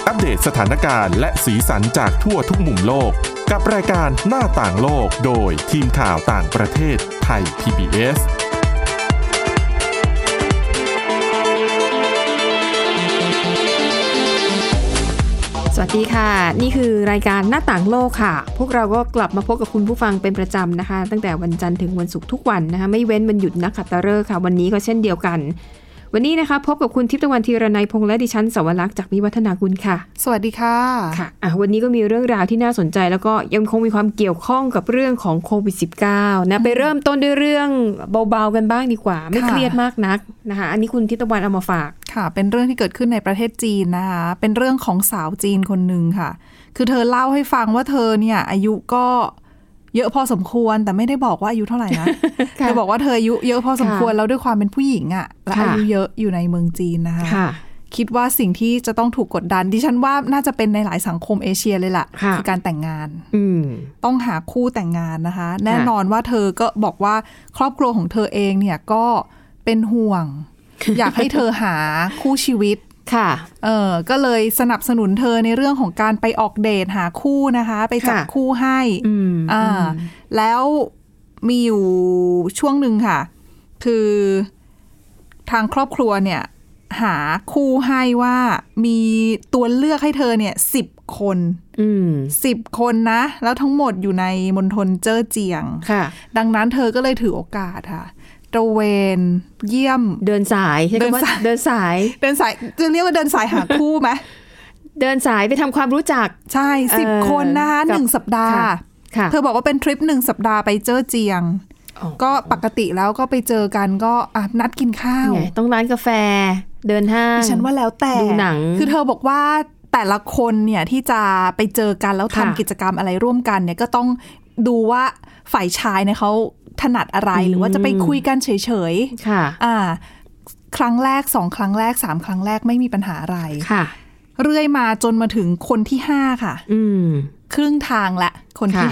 อัปเดตสถานการณ์และสีสันจากทั่วทุกมุมโลกกับรายการหน้าต่างโลกโดยทีมข่าวต่างประเทศไทย PBS สวัสดีค่ะนี่คือรายการหน้าต่างโลกค่ะพวกเราก็กลับมาพบกับคุณผู้ฟังเป็นประจำนะคะตั้งแต่วันจันทร์ถึงวันศุกร์ทุกวันนะคะไม่เว้นวันหยุดนักขัตฤกษ์ค่ะวันนี้ก็เช่นเดียวกันวันนี้นะคะพบกับคุณทิพย์ตะวันธีรนัยพงษ์และดิฉันสวรักษ์จากวิวัฒนากุลค่ะสวัสดีค่ะค่ะวันนี้ก็มีเรื่องราวที่น่าสนใจแล้วก็ยังคงมีความเกี่ยวข้องกับเรื่องของโควิด -19 นะไปเริ่มต้นด้วยเรื่องเบาๆกันบ้างดีกว่าไม่เครียดมากนักนะคะอันนี้คุณทิพย์ตะวันเอามาฝากค่ะเป็นเรื่องที่เกิดขึ้นในประเทศจีนนะคะเป็นเรื่องของสาวจีนคนหนึ่งค่ะคือเธอเล่าให้ฟังว่าเธอเนี่ยอายุก็เยอะพอสมควรแต่ไม่ได้บอกว่าอายุเท่าไหร่นะ เธอบอกว่าเธออายุเยอะพอสมควรแล้วด้วยความเป็นผู้หญิงอ่ะและอายุเยอะอยู่ในเมืองจีนนะคะคิดว่าสิ่งที่จะต้องถูกกดดันดิฉันว่าน่าจะเป็นในหลายสังคมเอเชียเลยล่ะคือการแต่งงานต้องหาคู่แต่งงานนะคะแน่นอนว่าเธอก็บอกว่าครอบครัวของเธอเองเนี่ยก็เป็นห่วง อยากให้เธอหาคู่ชีวิตค่ะก็เลยสนับสนุนเธอในเรื่องของการไปออกเดทหาคู่นะคะไปจับคู่ให้แล้วมีอยู่ช่วงหนึ่งค่ะคือทางครอบครัวเนี่ยหาคู่ให้ว่ามีตัวเลือกให้เธอเนี่ย10 คน10 คนนะแล้วทั้งหมดอยู่ในมณฑลเจ้อเจียงดังนั้นเธอก็เลยถือโอกาสค่ะตระเวนเยี่ยมเดินสายใช่ไหมเดินสายจะเรียกว่าเดินสายหาคู่ไหมเดินสายไปทำความรู้จักใช่10 คนนะคะ1 สัปดาห์เธอบอกว่าเป็นทริป1 สัปดาห์ไปเจ้อเจียงก็ปกติแล้วก็ไปเจอกันก็นัดกินข้าวต้องร้านกาแฟเดินห้างฉันว่าแล้วแต่ดูหนังคือเธอบอกว่าแต่ละคนเนี่ยที่จะไปเจอกันแล้วทำกิจกรรมอะไรร่วมกันเนี่ยก็ต้องดูว่าฝ่ายชายเนี่ยเขาถนัดอะไรหรือว่าจะไปคุยกันเฉยๆค่ะครั้งแรก2 ครั้งแรก3 ครั้งแรกไม่มีปัญหาอะไรค่ะเรื่อยมาจนมาถึงคนที่5ค่ะครึ่งทางละคนที่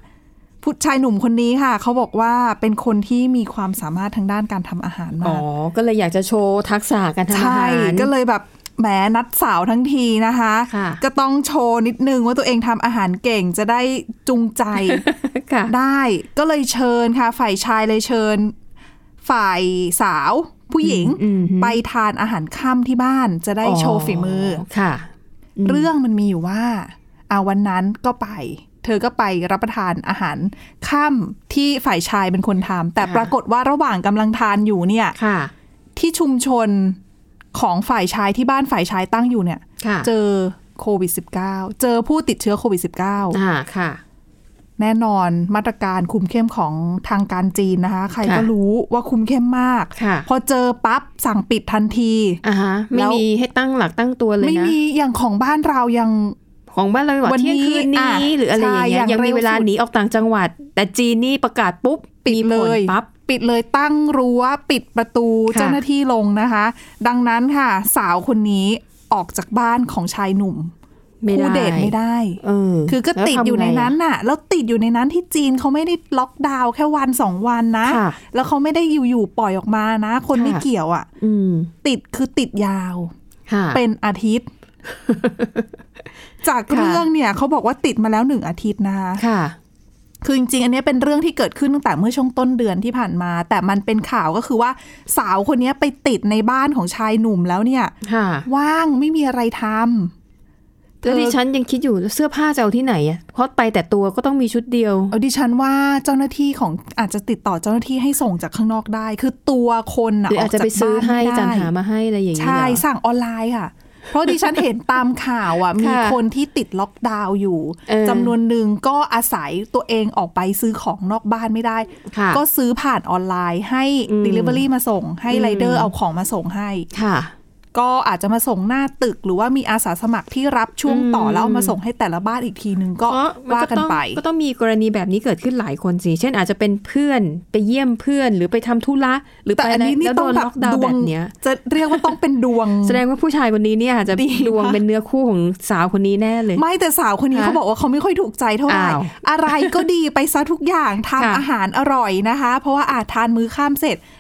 5ผู้ชายหนุ่มคนนี้ค่ะเขาบอกว่าเป็นคนที่มีความสามารถทางด้านการทำอาหารมากก็เลยอยากจะโชว์ทักษะการทำอาหารใช่ก็เลยแบบแหมนัดสาวทั้งทีนะคะก็ต้องโชว์นิดนึงว่าตัวเองทำอาหารเก่งจะได้จูงใจ ได้ก็เลยเชิญค่ะฝ่ายชายเลยเชิญฝ่ายสาวผู้หญิงไปทานอาหารค่ำที่บ้านจะได้โชว์ฝีมือค่ะเรื่องมันมีอยู่ว่าวันนั้นก็ไปเธอก็ไปรับประทานอาหารค่ำที่ฝ่ายชายเป็นคนทำแต่ปรากฏว่าระหว่างกำลังทานอยู่เนี่ยที่ชุมชนของฝ่ายชายที่บ้านฝ่ายชายตั้งอยู่เนี่ยเจอโควิด -19 เจอผู้ติดเชื้อโควิด -19 ค่ะแน่นอนมาตรการคุมเข้มของทางการจีนนะคะใครก็รู้ว่าคุมเข้มมากพอเจอปั๊บสั่งปิดทันทีไม่มีให้ตั้งหลักตั้งตัวเลยนะไม่มีอย่างของบ้านเรายังของบ้านเราว่าเที่ยงคืนนี้หรืออะไรอย่างเงี้ยยังมีเวลาหนีออกต่างจังหวัดแต่จีนนี่ประกาศปุ๊บปิดเลยปั๊บปิดเลยตั้งรั้วปิดประตูเจ้าหน้าที่ลงนะคะดังนั้นค่ะสาวคนนี้ออกจากบ้านของชายหนุ่มคู่เดทไม่ได้คือก็ติดอยู่ในนั้นน่ะแล้วติดอยู่ในนั้นที่จีนเขาไม่ได้ล็อกดาวน์แค่1-2 วันนะแล้วเขาไม่ได้อยู่ๆปล่อยออกมานะคนไม่เกี่ยวอ่ะติดคือติดยาวเป็นอาทิตย์จากเรื่องเนี่ยเขาบอกว่าติดมาแล้ว1 อาทิตย์นะคะคือจริงๆอันนี้เป็นเรื่องที่เกิดขึ้นตั้งแต่เมื่อช่วงต้นเดือนที่ผ่านมาแต่มันเป็นข่าวก็คือว่าสาวคนนี้ไปติดในบ้านของชายหนุ่มแล้วเนี่ยว่างไม่มีอะไรทำแล้วดิฉันยังคิดอยู่เสื้อผ้าจะเอาที่ไหนอ่ะเพราะไปแต่ตัวก็ต้องมีชุดเดียวดิฉันว่าเจ้าหน้าที่ของอาจจะติดต่อเจ้าหน้าที่ให้ส่งจากข้างนอกได้คือตัวคนออกจากบ้านไม่ได้จัดหามาให้อะไรอย่างเงี้ยใช่สั่งออนไลน์ค่ะเพราะดิฉันเห็นตามข่าวอ่ะมีคนที่ติดล็อกดาวน์อยู่จำนวนหนึ่งก็อาศัยตัวเองออกไปซื้อของนอกบ้านไม่ได้ก็ซื้อผ่านออนไลน์ให้ Delivery มาส่งให้ไรเดอร์เอาของมาส่งให้ก็อาจจะมาส่งหน้าตึกหรือว่ามีอาสาสมัครที่รับช่วงต่อแล้วเอามาส่งให้แต่ละบ้านอีกทีนึงก็ว่ากันไปก็ต้องมีกรณีแบบนี้เกิดขึ้นหลายคนสิเช่นอาจจะเป็นเพื่อนไปเยี่ยมเพื่อนหรือไปทำธุระหรือไปแล้วโดนล็อกดาวน์แบบนี้จะเรียกว่าต้องเป็นดวงแสดงว่าผู้ชายคนนี้เนี่ยจะดวงเป็นเนื้อคู่ของสาวคนนี้แน่เลยไม่แต่สาวคนนี้เขาบอกว่าเขาไม่ค่อยถูกใจเท่าไหร่อะไรก็ดีไปซะทุกอย่างทำอาหารอร่อยนะคะเพราะว่าทานมื้อค่ำเสร็จ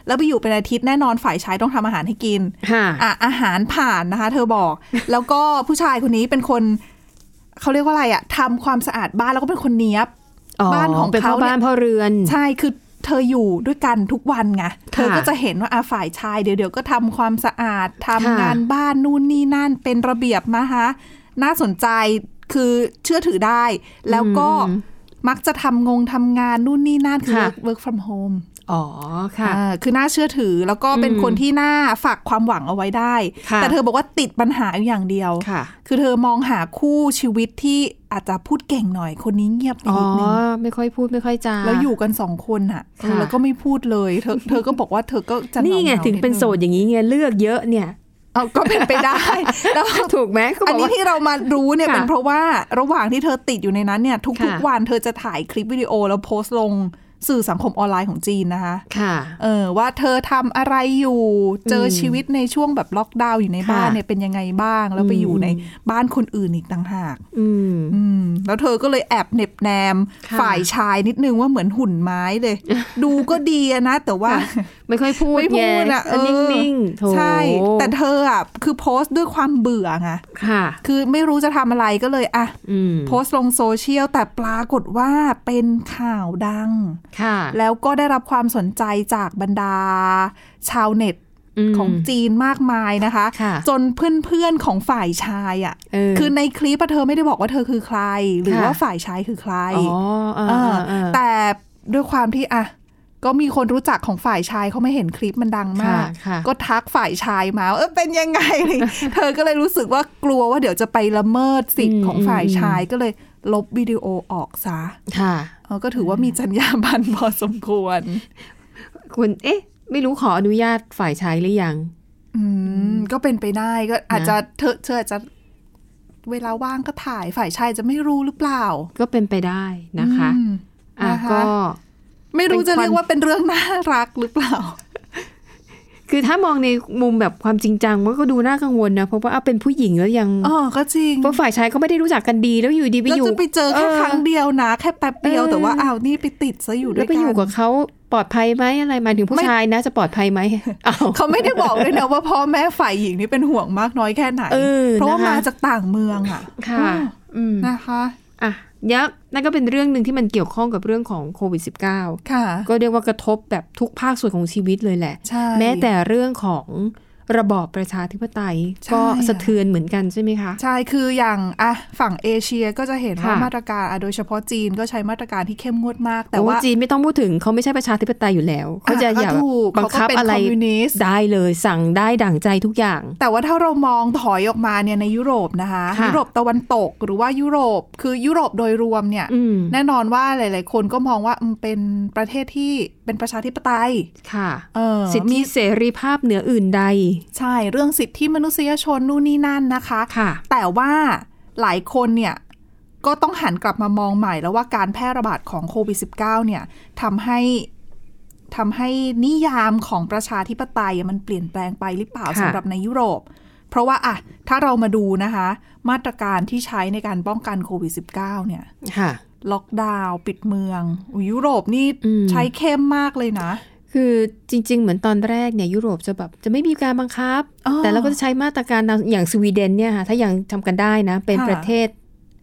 แล้วไปอยู่เป็นอาทิตย์แน่นอนฝ่ายชายต้องทำอาหารให้กินอาหารผ่านนะคะเธอบอก แล้วก็ผู้ชายคนนี้เป็นคนเขาเรียกว่าอะไรอะทำความสะอาดบ้านแล้วก็เป็นคนเนี้ยบบ้านของเขาบ้านพ่อเรือนใช่คือเธออยู่ด้วยกันทุกวันไงเธอก็จะเห็นว่าฝ่ายชายเดี๋ยวก็ทำความสะอาดทำงานบ้านนู่นนี่นั่นเป็นระเบียบนะคะน่าสนใจคือเชื่อถือได้แล้วก็มักจะทำงานนู่นนี่นั่นคือ work from home อ๋อค่ะคือน่าเชื่อถือแล้วก็เป็นคนที่น่าฝากความหวังเอาไว้ได้แต่เธอบอกว่าติดปัญหาอย่างเดียวคือเธอมองหาคู่ชีวิตที่อาจจะพูดเก่งหน่อยคนนี้เงียบนิดนึงไม่ค่อยพูดไม่ค่อยจาแล้วอยู่กัน2 คนอ่ะแล้วก็ไม่พูดเลยเธอก็บอกว่าเธอก็จะนี่ไงถึงเป็นโสดอย่างนี้ไงเลือกเยอะเนี่ยก็เป็นไปได้แล้วถูกไหมอันนี้ที่เรามารู้เนี่ยเป็นเพราะว่าระหว่างที่เธอติดอยู่ในนั้นเนี่ยทุกๆวันเธอจะถ่ายคลิปวิดีโอแล้วโพสต์ลงสื่อสังคมออนไลน์ของจีนนะคะว่าเธอทำอะไรอยู่เจอชีวิตในช่วงแบบล็อกดาวน์อยู่ในบ้านเนี่ยเป็นยังไงบ้างแล้วไปอยู่ในบ้านคนอื่นอีกต่างหากแล้วเธอก็เลยแอบเน็บแนมฝ่ายชายนิดนึงว่าเหมือนหุ่นไม้เลยดูก็ดีนะแต่ว่าไม่ค่อยพูดอ่ะนิ่งๆใช่แต่เธออ่ะคือโพสต์ด้วยความเบื่อไงคือไม่รู้จะทำอะไรก็เลยโพสต์ลงโซเชียลแต่ปรากฏว่าเป็นข่าวดังแล้วก็ได้รับความสนใจจากบรรดาชาวเน็ตของจีนมากมายนะคะจนเพื่อนๆของฝ่ายชายคือในคลิปเธอไม่ได้บอกว่าเธอคือใครหรือว่าฝ่ายชายคือใครแต่ด้วยความที่ก็มีคนรู้จักของฝ่ายชายเขาไม่เห็นคลิปมันดังมากก็ทักฝ่ายชายมาเป็นยังไง เธอก็เลยรู้สึกว่ากลัวว่าเดี๋ยวจะไปละเมิดสิทธิ์ของฝ่ายชายก็เลยลบวิดีโอออกซะก็ถือว่ามีจรรยาบรรณพอสมควรคุณไม่รู้ขออนุญาตฝ่ายชายหรือยังก็เป็นไปได้ก็อาจจะเธออาจจะเวลาว่างก็ถ่ายฝ่ายชายจะไม่รู้หรือเปล่าก็เป็นไปได้นะคะก็ไม่รู้จะเรียกว่าเป็นเรื่องน่ารักหรือเปล่าคือถ้ามองในมุมแบบความจริงจังมันก็ดูน่ากังวลนะเพราะว่าเป็นผู้หญิงแล้วยังก็จริงเพราะฝ่ายชายก็ไม่ได้รู้จักกันดีแล้วอยู่ดีไปอยู่แล้วจะไปเจอแค่ครั้งเดียวนะแค่แป๊บเดียวแต่ว่านี่ไปติดซะอยู่ด้วยกันแล้วไปอยู่กับเขาปลอดภัยไหมอะไรหมายถึงผู้ชายนะจะปลอดภัยไหมเขาไม่ได้บอกเลยนะว่าพ่อแม่ฝ่ายหญิงนี่เป็นห่วงมากน้อยแค่ไหนเพราะว่ามาจากต่างเมืองค่ะนะคะยักษ์นั่นก็เป็นเรื่องนึงที่มันเกี่ยวข้องกับเรื่องของโควิด -19 ก็เรียกว่ากระทบแบบทุกภาคส่วนของชีวิตเลยแหละแม้แต่เรื่องของระบอบประชาธิปไตยก็สะเทือนเหมือนกันใช่ไหมคะใช่คืออย่างฝั่งเอเชียก็จะเห็นว่ามาตรการโดยเฉพาะจีนก็ใช้มาตรการที่เข้มงวดมากแต่ว่าจีนไม่ต้องพูดถึงเขาไม่ใช่ประชาธิปไตยอยู่แล้วเขาจะอยากบังคับอะไรได้เลยสั่งได้ดั่งใจทุกอย่างแต่ว่าถ้าเรามองถอยออกมาเนี่ยในยุโรปนะคะยุโรปตะวันตกหรือว่ายุโรปคือยุโรปโดยรวมเนี่ยแน่นอนว่าหลายๆคนก็มองว่าเป็นประเทศที่เป็นประชาธิปไตยค่ะสิทธิเสรีภาพเหนืออื่นใดใช่เรื่องสิทธิมนุษยชนนู่นนี่นั่นนะคะแต่ว่าหลายคนเนี่ยก็ต้องหันกลับมามองใหม่แล้วว่าการแพร่ระบาดของโควิด -19 เนี่ยทำให้นิยามของประชาธิปไตยมันเปลี่ยนแปลงไปหรือเปล่าสำหรับในยุโรปเพราะว่าถ้าเรามาดูนะคะมาตรการที่ใช้ในการป้องกันโควิด -19 เนี่ยล็อกดาวน์ปิดเมืองยุโรปนี่ใช้เข้มมากเลยนะคือจริงๆเหมือนตอนแรกเนี่ยยุโรปจะไม่มีการบังคับแต่เราก็จะใช้มาตรการอย่างสวีเดนเนี่ยค่ะถ้ายังทำกันได้นะเป็นประเทศ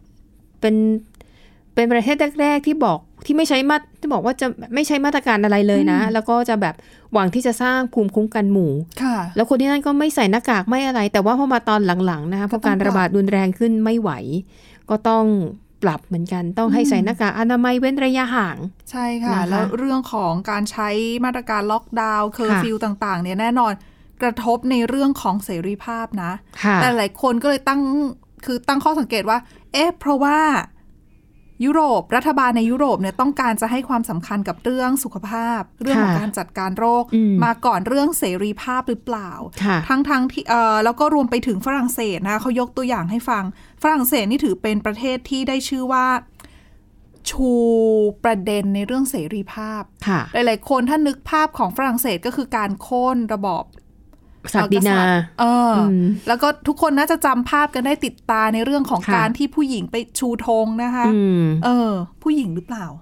เป็นประเทศแรกๆที่บอกที่ไม่ใช้ที่บอกว่าจะไม่ใช้มาตรการอะไรเลยนะแล้วก็จะแบบหวังที่จะสร้างภูมิคุ้มกันหมู่แล้วคนที่นั่นก็ไม่ใส่หน้ากากไม่อะไรแต่ว่าพอมาตอนหลังๆนะคะพอการระบาดรุนแรงขึ้นไม่ไหวก็ต้องปรับเหมือนกันต้องให้ใส่หน้ากากอนามัยเว้นระยะห่างใช่ค่ะแล้วเรื่องของการใช้มาตรการล็อกดาวน์เคอร์ฟิวต่างๆเนี่ยแน่นอนกระทบในเรื่องของเสรีภาพนะแต่หลายคนก็เลยตั้งข้อสังเกตว่าเพราะว่ายุโรปรัฐบาลในยุโรปเนี่ยต้องการจะให้ความสำคัญกับเรื่องสุขภาพเรื่องของการจัดการโรคมาก่อนเรื่องเสรีภาพหรือเปล่าทั้งที่แล้วก็รวมไปถึงฝรั่งเศสนะเขายกตัวอย่างให้ฟังฝรั่งเศสนี่ถือเป็นประเทศที่ได้ชื่อว่าชูประเด็นในเรื่องเสรีภาพหลายๆคนถ้านึกภาพของฝรั่งเศสก็คือการโค่นระบอบศักดินาแล้วก็ทุกคนน่าจะจำภาพกันได้ติดตาในเรื่องของการที่ผู้หญิงไปชูธงนะคะผู้หญิงหรือเปล่า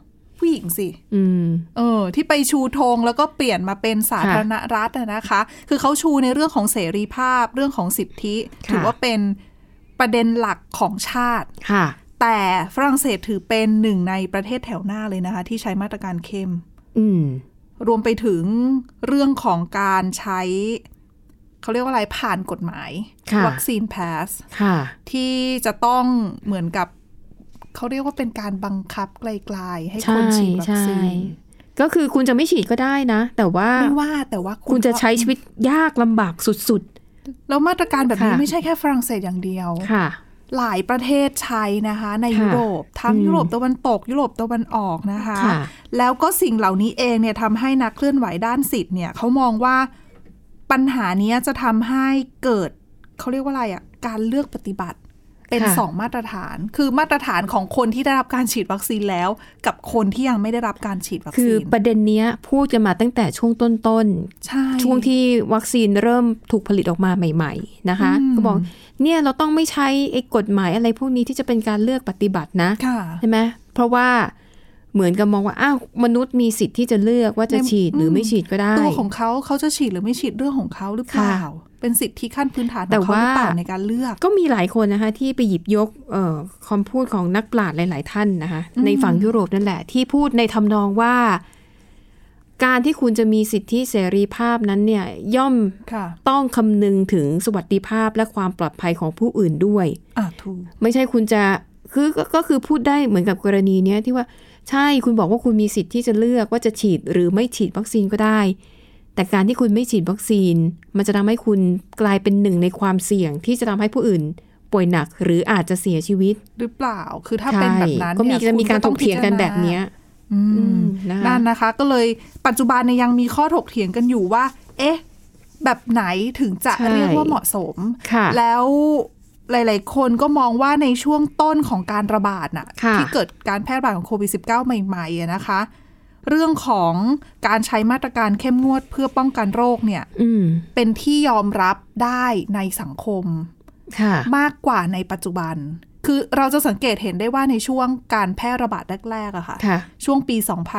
ผู้หญิงสิที่ไปชูธงแล้วก็เปลี่ยนมาเป็นสาธารณรัฐนะคะคือเขาชูในเรื่องของเสรีภาพเรื่องของสิทธิถือว่าเป็นประเด็นหลักของชาติแต่ฝรั่งเศสถือเป็นหนึ่งในประเทศแถวหน้าเลยนะคะที่ใช้มาตรการเข้มรวมไปถึงเรื่องของการใช้เขาเรียกว่าอะไรผ่านกฎหมายวัคซีนพาสที่จะต้องเหมือนกับเขาเรียกว่าเป็นการบังคับไกลๆให้คนฉีดวัคซีนก็คือคุณจะไม่ฉีดก็ได้นะแต่ว่าคุณจะใช้ชีวิตยากลำบากสุดๆแล้วมาตรการแบบนี้ไม่ใช่แค่ฝรั่งเศสอย่างเดียวหลายประเทศใช้นะคะในยุโรปทั้งยุโรปตะวันตกยุโรปตะวันออกนะคะแล้วก็สิ่งเหล่านี้เองเนี่ยทำให้นักเคลื่อนไหวด้านสิทธิ์เนี่ยเขามองว่าปัญหานี้จะทำให้เกิดเขาเรียกว่าอะไรอ่ะการเลือกปฏิบัติเป็น2มาตรฐานคือมาตรฐานของคนที่ได้รับการฉีดวัคซีนแล้วกับคนที่ยังไม่ได้รับการฉีดวัคซีนคือประเด็นนี้พูดกันมาตั้งแต่ช่วงต้นๆช่วงที่วัคซีนเริ่มถูกผลิตออกมาใหม่ๆนะคะก็บอกเนี่ยเราต้องไม่ใช้ไอ้กฎหมายอะไรพวกนี้ที่จะเป็นการเลือกปฏิบัตินะใช่ไหมเพราะว่าเหมือนกับมองว่าอ้าวมนุษย์มีสิทธิ์ที่จะเลือกว่าจะฉีดหรือไม่ฉีดก็ได้ตัวของเขาจะฉีดหรือไม่ฉีดเรื่องของเขาหรือเปล่าเป็นสิทธิขั้นพื้นฐานของเขาหรือเปล่าในการเลือกก็มีหลายคนนะคะที่ไปหยิบยกคำพูดของนักปราชญ์หลายๆท่านนะคะในฝั่งยุโรปนั่นแหละที่พูดในทำนองว่าการที่คุณจะมีสิทธิเสรีภาพนั้นเนี่ยย่อมต้องคำนึงถึงสวัสดิภาพและความปลอดภัยของผู้อื่นด้วยถูกไม่ใช่คุณจะก็คือพูดได้เหมือนกับกรณีเนี้ยที่ว่าใช่คุณบอกว่าคุณมีสิทธิ์ที่จะเลือกว่าจะฉีดหรือไม่ฉีดวัคซีนก็ได้แต่การที่คุณไม่ฉีดวัคซีนมันจะทำให้คุณกลายเป็นหนึ่งในความเสี่ยงที่จะทำให้ผู้อื่นป่วยหนักหรืออาจจะเสียชีวิตหรือเปล่าคือถ้าเป็นแบบนั้นก็มีการถกเถียงกันแบบนี้นั่นนะคะก็เลยปัจจุบันเนี่ยยังมีข้อถกเถียงกันอยู่ว่าเอ๊ะแบบไหนถึงจะเรียกว่าเหมาะสมแล้วหลายๆคนก็มองว่าในช่วงต้นของการระบาดน่ะที่เกิดการแพร่ระบาดของโควิด -19 ใหม่ๆนะคะเรื่องของการใช้มาตรการเข้มงวดเพื่อป้องกันโรคเนี่ยเป็นที่ยอมรับได้ในสังคมมากกว่าในปัจจุบันคือเราจะสังเกตเห็นได้ว่าในช่วงการแพร่ระบาดแรกๆอะค่ะช่วงปี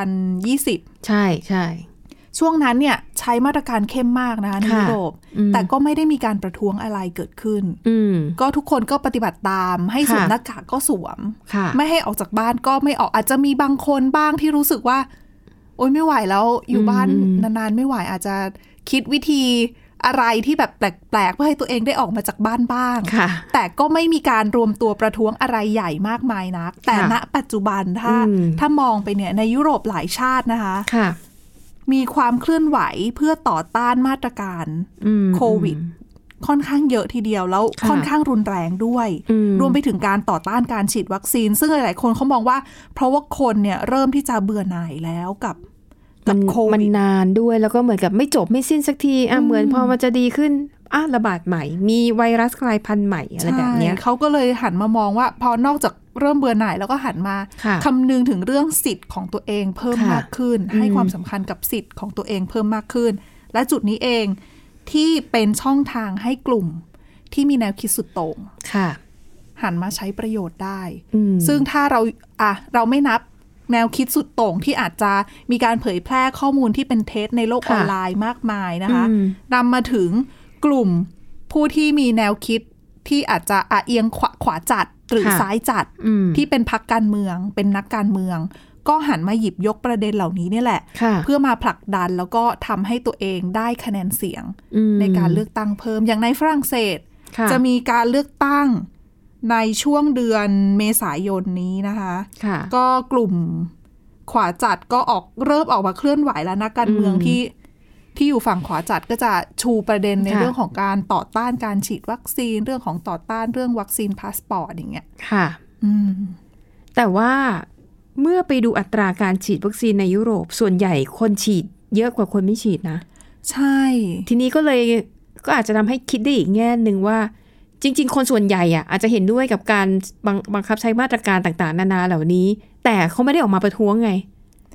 2020 ใช่ใช่ช่วงนั้นเนี่ยใช้มาตรการเข้มมากนะคะในยุโรปแต่ก็ไม่ได้มีการประท้วงอะไรเกิดขึ้นก็ทุกคนก็ปฏิบัติตามให้สวมหน้ากากก็สวมไม่ให้ออกจากบ้านก็ไม่ออกอาจจะมีบางคนบ้างที่รู้สึกว่าโอ๊ยไม่ไหวแล้วอยู่บ้านนานๆไม่ไหวอาจจะคิดวิธีอะไรที่แบบแปลกๆเพื่อให้ตัวเองได้ออกมาจากบ้านบ้างแต่ก็ไม่มีการรวมตัวประท้วงอะไรใหญ่มากมายนักแต่ณปัจจุบันถ้ามองไปเนี่ยในยุโรปหลายชาตินะคะมีความเคลื่อนไหวเพื่อต่อต้านมาตรการโควิดค่อนข้างเยอะทีเดียวแล้วค่อนข้างรุนแรงด้วยรวมไปถึงการต่อต้านการฉีดวัคซีนซึ่งหลายๆคนเขามองว่าเพราะว่าคนเนี่ยเริ่มที่จะเบื่อหน่ายแล้วกับโควิดมันนานด้วยแล้วก็เหมือนกับไม่จบไม่สิ้นสักทีเหมือนพอมันจะดีขึ้นระบาดใหม่มีไวรัสกลายพันธุ์ใหม่อะไรแบบนี้เขาก็เลยหันมามองว่าพอนอกจากเริ่มเบื่อหน่ายแล้วก็หันมาคำนึงถึงเรื่องสิทธิ์ของตัวเองเพิ่มมากขึ้นให้ความสำคัญกับสิทธิ์ของตัวเองเพิ่มมากขึ้นและจุดนี้เองที่เป็นช่องทางให้กลุ่มที่มีแนวคิดสุดโต่งหันมาใช้ประโยชน์ได้ซึ่งถ้าเราไม่นับแนวคิดสุดโต่งที่อาจจะมีการเผยแพร่ข้อมูลที่เป็นเท็จในโลกออนไลน์มากมายนะคะนำมาถึงกลุ่มผู้ที่มีแนวคิดที่อาจจะเอียงขวาจัดหรือซ้ายจัดที่เป็นพรรคการเมืองเป็นนักการเมืองก็หันมาหยิบยกประเด็นเหล่านี้นี่แหละเพื่อมาผลักดันแล้วก็ทำให้ตัวเองได้คะแนนเสียงในการเลือกตั้งเพิ่มอย่างในฝรั่งเศสจะมีการเลือกตั้งในช่วงเดือนเมษายนนี้นะคะก็กลุ่มขวาจัดก็เริ่มออกมาเคลื่อนไหวแล้วนักการเมืองที่อยู่ฝั่งขวาจัดก็จะชูประเด็นในเรื่องของการต่อต้านการฉีดวัคซีนเรื่องของต่อต้านเรื่องวัคซีนพาสปอร์ตอย่างเงี้ยค่ะแต่ว่าเมื่อไปดูอัตราการฉีดวัคซีนในยุโรปส่วนใหญ่คนฉีดเยอะกว่าคนไม่ฉีดนะใช่ทีนี้ก็อาจจะทำให้คิดได้อีกแง่นึงว่าจริงๆคนส่วนใหญ่อาจจะเห็นด้วยกับการบังคับใช้มาตรการต่างๆนานาเหล่านี้แต่เขาไม่ได้ออกมาประท้วงไง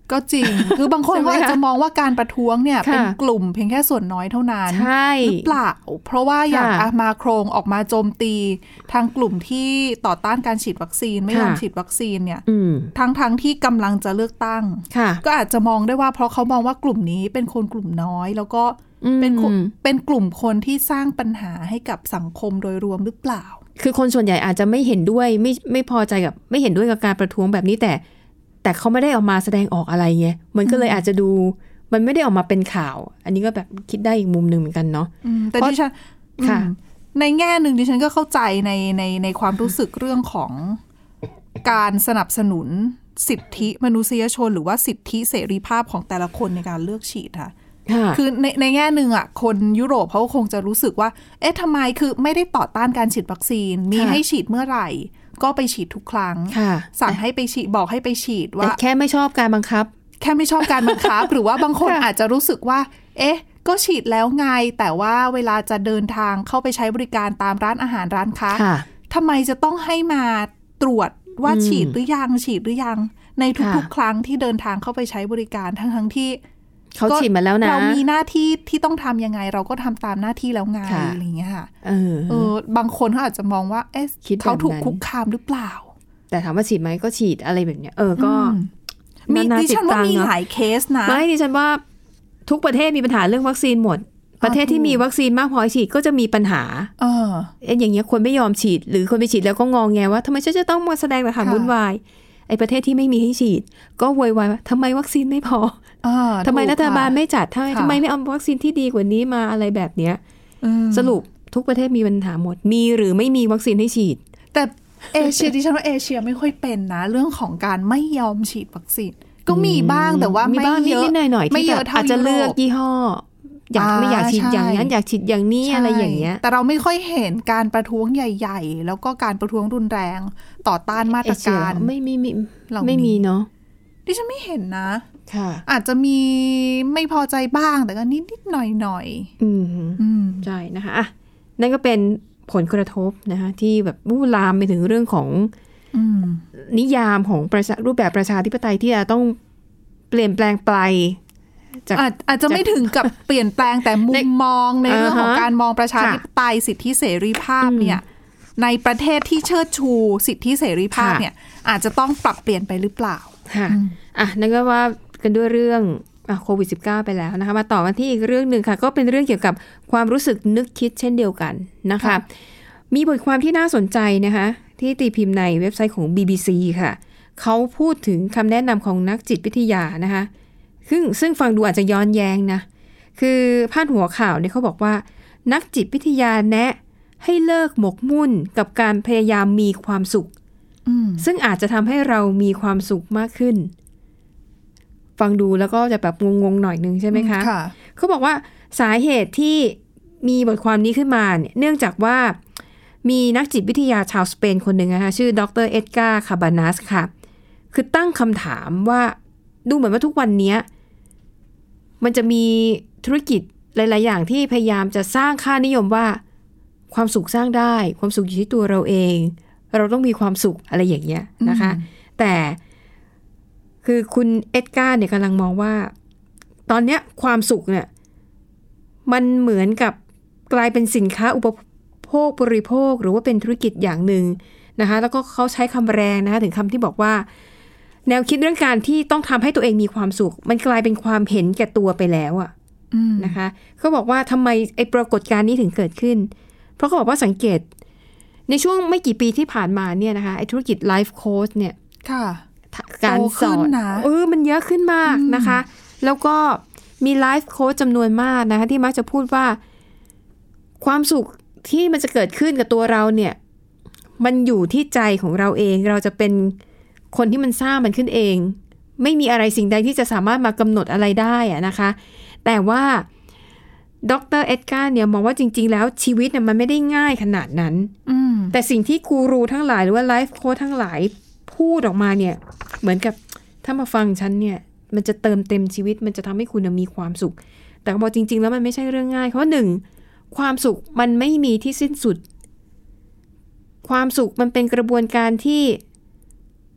ก็จริง คือบางคนก็อาจจะมองว่าการประท้วงเนี่ยเป็นกลุ่มเพียงแค่ส่วนน้อยเท่านั้นหรือเปล่าเพราะว่าอย่างมาโครงออกมาโจมตีทางกลุ่มที่ต่อต้านการฉีดวัคซีนไม่ยอมฉีดวัคซีนเนี่ยทั้งที่กำลังจะเลือกตั้งก็อาจจะมองได้ว่าเพราะเขามองว่ากลุ่มนี้เป็นคนกลุ่มน้อยแล้วก็เป็นกลุ่มคนที่สร้างปัญหาให้กับสังคมโดยรวมหรือเปล่าคือคนส่วนใหญ่อาจจะไม่เห็นด้วยไม่พอใจกับไม่เห็นด้วยกับการประท้วงแบบนี้แต่เขาไม่ได้ออกมาแสดงออกอะไรไงมันก็เลยอาจจะดูมันไม่ได้ออกมาเป็นข่าวอันนี้ก็แบบคิดได้อีกมุมนึงเหมือนกันเนาะแต่ดิฉันในแง่หนึ่งดิฉันก็เข้าใจในความรู้สึกเรื่องของการสนับสนุนสิทธิมนุษยชนหรือว่าสิทธิเสรีภาพของแต่ละคนในการเลือกฉีดค่ะคือในแง่หนึ่งอ่ะคนยุโรปเขาคงจะรู้สึกว่าเอ๊ะทำไมคือไม่ได้ต่อต้านการฉีดวัคซีนมีให้ฉีดเมื่อไหร่ก็ไปฉีดทุกครั้งสั่งให้ไปฉีดบอกให้ไปฉีดว่าแค่ไม่ชอบการบังคับแค่ไม่ชอบการบังคับ หรือว่าบางคนอาจจะรู้สึกว่าเอ๊ะก็ฉีดแล้วไงแต่ว่าเวลาจะเดินทางเข้าไปใช้บริการตามร้านอาหารร้านค้าทำไมจะต้องให้มาตรวจว่าฉีดหรือยังในทุกๆครั้งที่เดินทางเข้าไปใช้บริการทั้งที่เขาฉีดมาแล้วนะเรามีหน้าที่ที่ต้องทำยังไงเราก็ทำตามหน้าที่แล้วไงอะไรเงี้ยค่ะบางคนเขาอาจจะมองว่าเอ๊ะเขาถูกคุกคามหรือเปล่าแต่ถามว่าฉีดไหมก็ฉีดอะไรแบบเนี้ยก็มีดิฉันว่ามีหลายเคสนะไม่ดิฉันว่าทุกประเทศมีปัญหาเรื่องวัคซีนหมดประเทศที่มีวัคซีนมากพอฉีดก็จะมีปัญหาอย่างเงี้ยคนไม่ยอมฉีดหรือคนไปฉีดแล้วก็งองแงว่าทำไมฉันจะต้องมาแสดงหลักฐานวุ่นวายไอ้ประเทศที่ไม่มีให้ฉีดก็โวยวายว่าทำไมวัคซีนไม่พอทำไมรัฐบาลไม่จัดทำไมไม่เอาวัคซีนที่ดีกว่านี้มาอะไรแบบเนี้ยสรุปทุกประเทศมีปัญหาหมดมีหรือไม่มีวัคซีนให้ฉีดแต่เอเชียดิฉันว่าเอเชียไม่ค่อยเป็นนะเรื่องของการไม่ยอมฉีดวัคซีนก็มีบ้างแต่ว่าไม่เยอะหน่อยๆที่แบบอาจจะเลือกยี่ห้อไม่อยากฉีดอย่างนั้นอยากฉีดอย่างนี้อะไรอย่างเงี้ยแต่เราไม่ค่อยเห็นการประท้วงใหญ่ๆแล้วก็การประท้วงรุนแรงต่อต้านมาตรการไม่มีเนาะดิฉันไม่เห็นนะอาจจะมีไม่พอใจบ้างแต่ก็นิดๆหน่อยๆใช่นะคะอ่ะนั่นก็เป็นผลกระทบนะคะที่แบบลามไปถึงเรื่องของนิยามของรูปแบบประชาธิปไตยที่จะต้องเปลี่ยนแปลงไปอาจจะไม่ถึงกับเปลี่ยนแปลงแต่มุมมองในเรื่องของการมองประชาธิปไตยสิทธิเสรีภาพเนี่ยในประเทศที่เชิดชูสิทธิเสรีภาพเนี่ยอาจจะต้องปรับเปลี่ยนไปหรือเปล่าค่ะนั่นก็ว่ากันด้วยเรื่องโควิด -19 ไปแล้วนะคะมาต่อกันที่อีกเรื่องนึงค่ะก็เป็นเรื่องเกี่ยวกับความรู้สึกนึกคิดเช่นเดียวกันนะคะมีบทความที่น่าสนใจนะคะที่ตีพิมพ์ในเว็บไซต์ของ BBC ค่ะเขาพูดถึงคำแนะนำของนักจิตวิทยานะคะซึ่งฟังดูอาจจะย้อนแย้งนะคือพาดหัวข่าวเนี่ยเขาบอกว่านักจิตวิทยาแนะให้เลิกหมกมุ่นกับการพยายามมีความสุขซึ่งอาจจะทำให้เรามีความสุขมากขึ้นฟังดูแล้วก็จะแบบงงๆหน่อยนึงใช่ไหมคะเขาบอกว่าสาเหตุที่มีบทความนี้ขึ้นมาเนี่ยเนื่องจากว่ามีนักจิตวิทยาชาวสเปนคนหนึ่งนะคะชื่อดร.เอ็ดการ์ คาบานัสค่ะคือตั้งคำถามว่าดูเหมือนว่าทุกวันนี้มันจะมีธุรกิจหลายๆอย่างที่พยายามจะสร้างค่านิยมว่าความสุขสร้างได้ความสุขอยู่ที่ตัวเราเองเราต้องมีความสุขอะไรอย่างเงี้ยนะคะแต่คือคุณเอ็ดการ์เนี่ยกำลังมองว่าตอนเนี้ยความสุขเนี่ยมันเหมือนกับกลายเป็นสินค้าอุปโภคบริโภคหรือว่าเป็นธุรกิจอย่างหนึ่งนะคะแล้วก็เขาใช้คำแรงนะคะถึงคำที่บอกว่าแนวคิดเรื่องการที่ต้องทำให้ตัวเองมีความสุขมันกลายเป็นความเห็นแก่ตัวไปแล้วอะนะคะเขาบอกว่าทำไมไอ้ปรากฏการณ์นี้ถึงเกิดขึ้นเพราะเขาบอกว่าสังเกตในช่วงไม่กี่ปีที่ผ่านมาเนี่ยนะคะไอ้ธุรกิจไลฟ์โค้ชเนี่ยการสอนมันเยอะขึ้นมากนะคะแล้วก็มีไลฟ์โค้ชจำนวนมากนะคะที่มักจะพูดว่าความสุขที่มันจะเกิดขึ้นกับตัวเราเนี่ยมันอยู่ที่ใจของเราเองเราจะเป็นคนที่มันสร้างมันขึ้นเองไม่มีอะไรสิ่งใดที่จะสามารถมากำหนดอะไรได้อะนะคะแต่ว่าดร.เอ็ดการ์เนี่ยมองว่าจริงๆแล้วชีวิตเนี่ยมันไม่ได้ง่ายขนาดนั้นแต่สิ่งที่กูรูทั้งหลายหรือว่าไลฟ์โค้ชทั้งหลายพูดออกมาเนี่ยเหมือนกับถ้ามาฟังฉันเนี่ยมันจะเติมเต็มชีวิตมันจะทำให้คุณมีความสุขแต่พอจริงๆแล้วมันไม่ใช่เรื่องง่ายเพราะหนึ่งความสุขมันไม่มีที่สิ้นสุดความสุขมันเป็นกระบวนการที่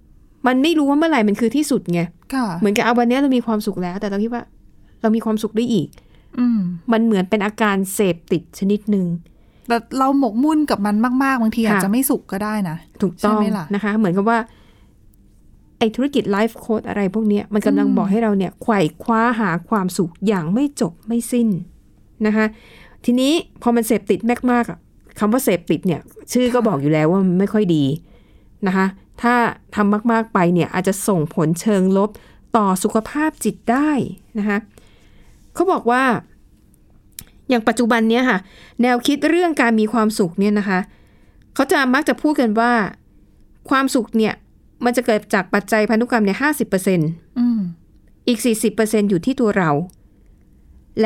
มันไม่รู้ว่าเมื่อไหร่มันคือที่สุดไงเหมือนกับเอาวันนี้เรามีความสุขแล้วแต่เราคิดว่าเรามีความสุขได้อีกมันเหมือนเป็นอาการเสพติดชนิดนึงแต่เราหมกมุ่นกับมันมากๆบางทีอาจจะไม่สุขก็ได้นะถูกต้องนะคะเหมือนกับว่าไอ้ธุรกิจไลฟ์โค้ชอะไรพวกนี้มันกำลังบอกให้เราเนี่ยไขว่คว้าหาความสุขอย่างไม่จบไม่สิ้นนะคะทีนี้พอมันเสพติดมากๆคำว่าเสพติดเนี่ยชื่อก็บอกอยู่แล้วว่ามันไม่ค่อยดีนะคะถ้าทำมากๆไปเนี่ยอาจจะส่งผลเชิงลบต่อสุขภาพจิตได้นะคะเขาบอกว่าอย่างปัจจุบันเนี้ยค่ะแนวคิดเรื่องการมีความสุขเนี่ยนะคะเขาจะมักจะพูดกันว่าความสุขเนี่ยมันจะเกิดจากปัจจัยพันธุกรรมเนี่ย 50% อีก 40% อยู่ที่ตัวเราและ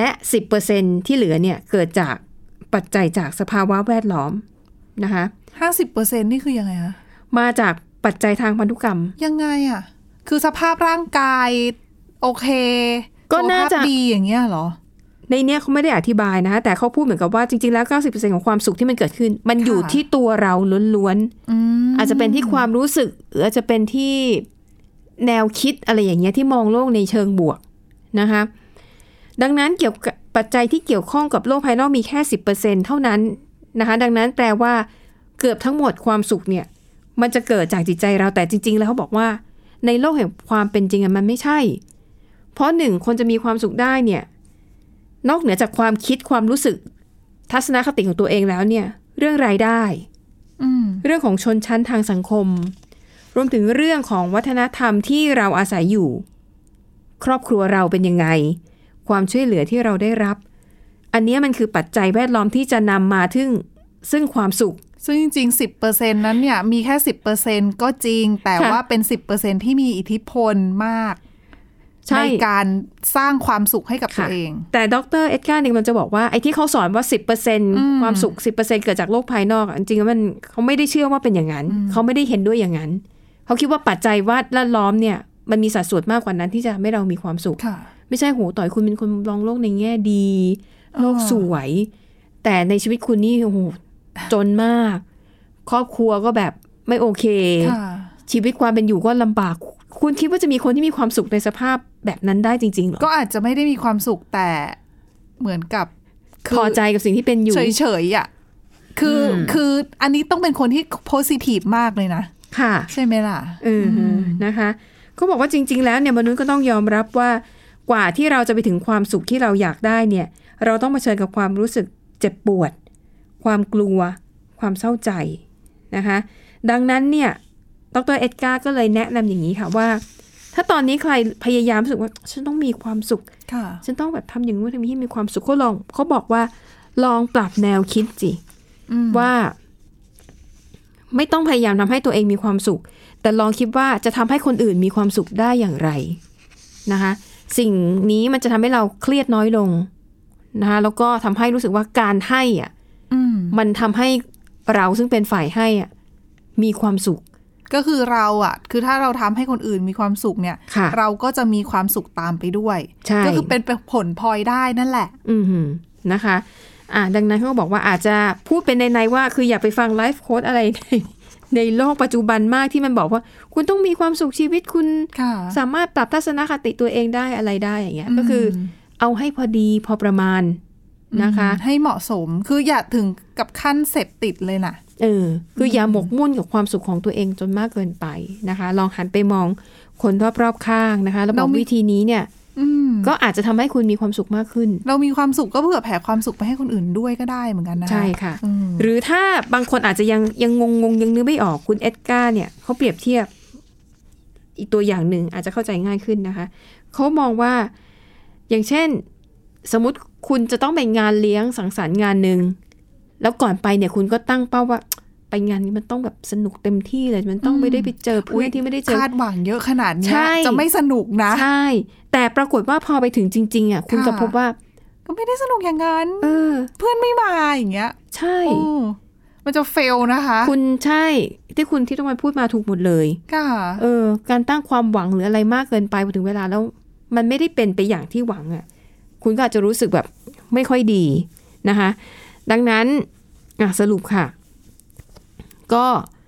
10% ที่เหลือเนี่ยเกิดจากปัจจัยจากสภาวะแวดล้อมนะคะ 50% นี่คือยังไงคะมาจากปัจจัยทางพันธุกรรมยังไงอ่ะคือสภาพร่างกายโอเคก็น่าจะดีอย่างเงี้ยเหรอในเนี้ยเขาไม่ได้อธิบายนะคะแต่เขาพูดเหมือนกับว่าจริงๆแล้ว 90% ของความสุขที่มันเกิดขึ้นมันอยู่ที่ตัวเราล้วนๆอาจจะเป็นที่ความรู้สึกหรืออาจจะเป็นที่แนวคิดอะไรอย่างเงี้ยที่มองโลกในเชิงบวกนะคะดังนั้นเกี่ยวกับปัจจัยที่เกี่ยวข้องกับโลกภายนอกมีแค่ 10% เท่านั้นนะคะดังนั้นแปลว่าเกือบทั้งหมดความสุขเนี่ยมันจะเกิดจากจิตใจเราแต่จริงๆแล้วเขาบอกว่าในโลกแห่งความเป็นจริงมันไม่ใช่เพราะหนึ่งคนจะมีความสุขได้เนี่ยนอกเหนือจากความคิดความรู้สึกทัศนคติของตัวเองแล้วเนี่ยเรื่องรายได้เรื่องของชนชั้นทางสังคมรวมถึงเรื่องของวัฒนธรรมที่เราอาศัยอยู่ครอบครัวเราเป็นยังไงความช่วยเหลือที่เราได้รับอันนี้มันคือปัจจัยแวดล้อมที่จะนำมาซึ่งความสุขซึ่งจริงๆ 10% นั้นเนี่ยมีแค่ 10% ก็จริงแต่ว่าเป็น 10% ที่มีอิทธิพลมากในการสร้างความสุขให้กับตัวเองแต่ดร.เอ็ดการ์เนี่ยมันจะบอกว่าไอ้ที่เขาสอนว่า 10% ความสุข 10% เกิดจากโลกภายนอกจริงๆมันเขาไม่ได้เชื่อว่าเป็นอย่างนั้นเขาไม่ได้เห็นด้วยอย่างนั้นเขาคิดว่าปัจจัยแวดล้อมเนี่ยมันมีสัดส่วนมากกว่านั้นที่จะให้เรามีความสุขไม่ใช่โหต่อยคุณเป็นคนมองโลกในแง่ดีโลกสวยแต่ในชีวิตคุณนี่โอ้โหจนมากครอบครัวก็แบบไม่โอเคชีวิตความเป็นอยู่ก็ลำบากคุณคิดว่าจะมีคนที่มีความสุขในสภาพแบบนั้นได้จริงๆหรอก็อาจจะไม่ได้มีความสุขแต่เหมือนกับพอใจกับสิ่งที่เป็นอยู่เฉยๆอ่ะคืออันนี้ต้องเป็นคนที่โพสิทีฟมากเลยนะค่ะใช่ไหมล่ะนะคะเขาบอกว่าจริงๆแล้วเนี่ยมนุษย์ก็ต้องยอมรับว่ากว่าที่เราจะไปถึงความสุขที่เราอยากได้เนี่ยเราต้องเผชิญกับความรู้สึกเจ็บปวดความกลัวความเศร้าใจนะคะดังนั้นเนี่ยดร.เอ็ดการ์ก็เลยแนะนำอย่างนี้ค่ะว่าถ้าตอนนี้ใครพยายามรู้สึกว่าฉันต้องมีความสุขฉันต้องแบบทำอย่างนู้นทำนี้มีความสุขเขาบอกว่าลองปรับแนวคิดสิว่าไม่ต้องพยายามทำให้ตัวเองมีความสุขแต่ลองคิดว่าจะทำให้คนอื่นมีความสุขได้อย่างไรนะคะสิ่งนี้มันจะทำให้เราเครียดน้อยลงนะคะแล้วก็ทำให้รู้สึกว่าการให้อ่ะมันทำให้เราซึ่งเป็นฝ่ายให้อ่ะมีความสุขก็คือเราอ่ะคือถ้าเราทำให้คนอื่นมีความสุขเนี่ยเราก็จะมีความสุขตามไปด้วยก็คือเป็นผลพลอยได้นั่นแหละนะคะดังนั้นเขาบอกว่าอาจจะพูดเป็นในว่าคืออย่าไปฟังไลฟ์โค้ชอะไรในโลกปัจจุบันมากที่มันบอกว่าคุณต้องมีความสุขชีวิตคุณสามารถปรับทัศนคติตัวเองได้อะไรได้อย่างเงี้ยก็คือเอาให้พอดีพอประมาณนะคะให้เหมาะสมคืออย่าถึงกับขั้นเสพติดเลยนะคืออย่าหมกมุ่นกับความสุขของตัวเองจนมากเกินไปนะคะลองหันไปมองคนรอบๆข้างนะคะแล้วบอกวิธีนี้เนี่ยก็อาจจะทำให้คุณมีความสุขมากขึ้นเรามีความสุขก็เผื่อแผ่ความสุขไปให้คนอื่นด้วยก็ได้เหมือนกันนะใช่ค่ะหรือถ้าบางคนอาจจะยังงงยังนึกไม่ออกคุณเอ็ดการ์เนี่ยเขาเปรียบเทียบอีกตัวอย่างหนึ่งอาจจะเข้าใจง่ายขึ้นนะคะเขามองว่าอย่างเช่นสมมติคุณจะต้องไปงานเลี้ยงสังสรรค์งานนึงแล้วก่อนไปเนี่ยคุณก็ตั้งเป้าว่าไปงานนี้มันต้องแบบสนุกเต็มที่เลยมันต้องไม่ได้ไปเจอเพื่อนที่ไม่ได้เจอคาดหวังเยอะขนาดนี้จะไม่สนุกนะใช่แต่ปรากฏว่าพอไปถึงจริงๆอ่ะคุณก็พบว่าก็ไม่ได้สนุกอย่างนั้นเพื่อนไม่มาอย่างเงี้ยใช่มันจะเฟลนะคะคุณใช่ที่คุณที่ต้องมาพูดมาถูกหมดเลยค่ะการตั้งความหวังหรืออะไรมากเกินไปพอถึงเวลาแล้วมันไม่ได้เป็นไปอย่างที่หวังอ่ะคุณก็อาจจะรู้สึกแบบไม่ค่อยดีนะคะดังนั้นสรุปค่ะก็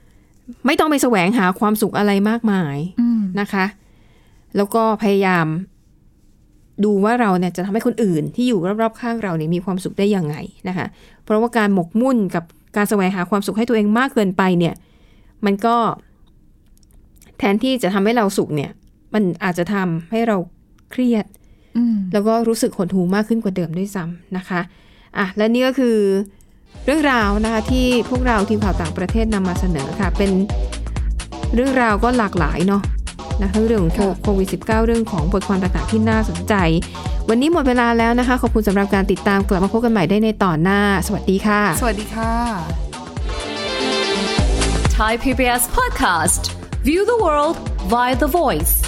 ไม่ต้องไปแสวงหาความสุขอะไรมากมายนะคะแล้วก็พยายามดูว่าเราเนี่ยจะทำให้คนอื่นที่อยู่รอบๆข้างเราเนี่ยมีความสุขได้ยังไงนะคะเพราะว่าการหมกมุ่นกับการแสวงหาความสุขให้ตัวเองมากเกินไปเนี่ยมันก็แทนที่จะทำให้เราสุขเนี่ยมันอาจจะทำให้เราเครียดแล้วก็รู้สึกหดหู่มากขึ้นกว่าเดิมด้วยซ้ำนะคะและนี่ก็คือเรื่องราวนะคะที่พวกเราทีมข่าวต่างประเทศนำมาเสนอค่ะเป็นเรื่องราวก็หลากหลายเนาะนะทั้งเรื่องของโควิด -19 เรื่องของบทความต่างๆที่น่าสนใจวันนี้หมดเวลาแล้วนะคะขอบคุณสำหรับการติดตามกลับมาพบกันใหม่ได้ในตอนหน้าสวัสดีค่ะสวัสดีค่ะ Thai PBS Podcast View the world via The Voice